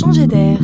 changer d'air.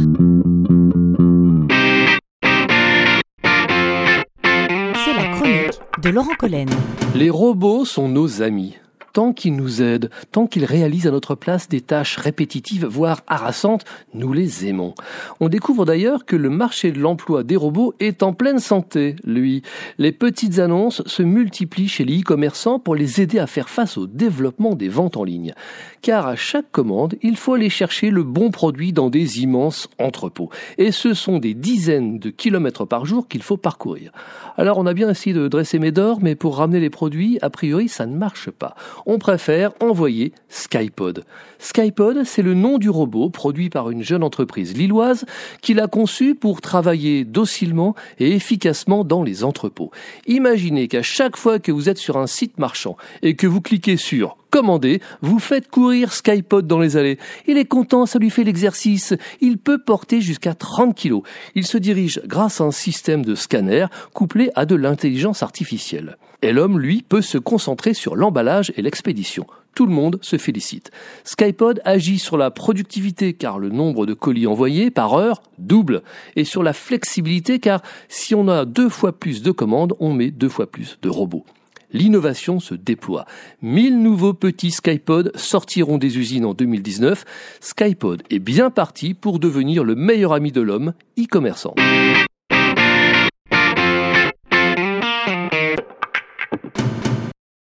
C'est la chronique de Laurent Collen. Les robots sont nos amis. Tant qu'ils nous aident, tant qu'ils réalisent à notre place des tâches répétitives, voire harassantes, nous les aimons. On découvre d'ailleurs que le marché de l'emploi des robots est en pleine santé, lui. Les petites annonces se multiplient chez les e-commerçants pour les aider à faire face au développement des ventes en ligne. Car à chaque commande, il faut aller chercher le bon produit dans des immenses entrepôts. Et ce sont des dizaines de kilomètres par jour qu'il faut parcourir. Alors on a bien essayé de dresser Médor, mais pour ramener les produits, a priori ça ne marche pas. On préfère envoyer Skypod. Skypod, c'est le nom du robot produit par une jeune entreprise lilloise qui l'a conçu pour travailler docilement et efficacement dans les entrepôts. Imaginez qu'à chaque fois que vous êtes sur un site marchand et que vous cliquez sur commander, vous faites courir Skypod dans les allées. Il est content, ça lui fait l'exercice. Il peut porter jusqu'à 30 kilos. Il se dirige grâce à un système de scanner couplé à de l'intelligence artificielle. Et l'homme, lui, peut se concentrer sur l'emballage et l'expédition. Tout le monde se félicite. Skypod agit sur la productivité car le nombre de colis envoyés par heure double. Et sur la flexibilité car si on a 2 fois plus de commandes, on met 2 fois plus de robots. L'innovation se déploie. 1000 nouveaux petits Skypod sortiront des usines en 2019. Skypod est bien parti pour devenir le meilleur ami de l'homme, e-commerçant.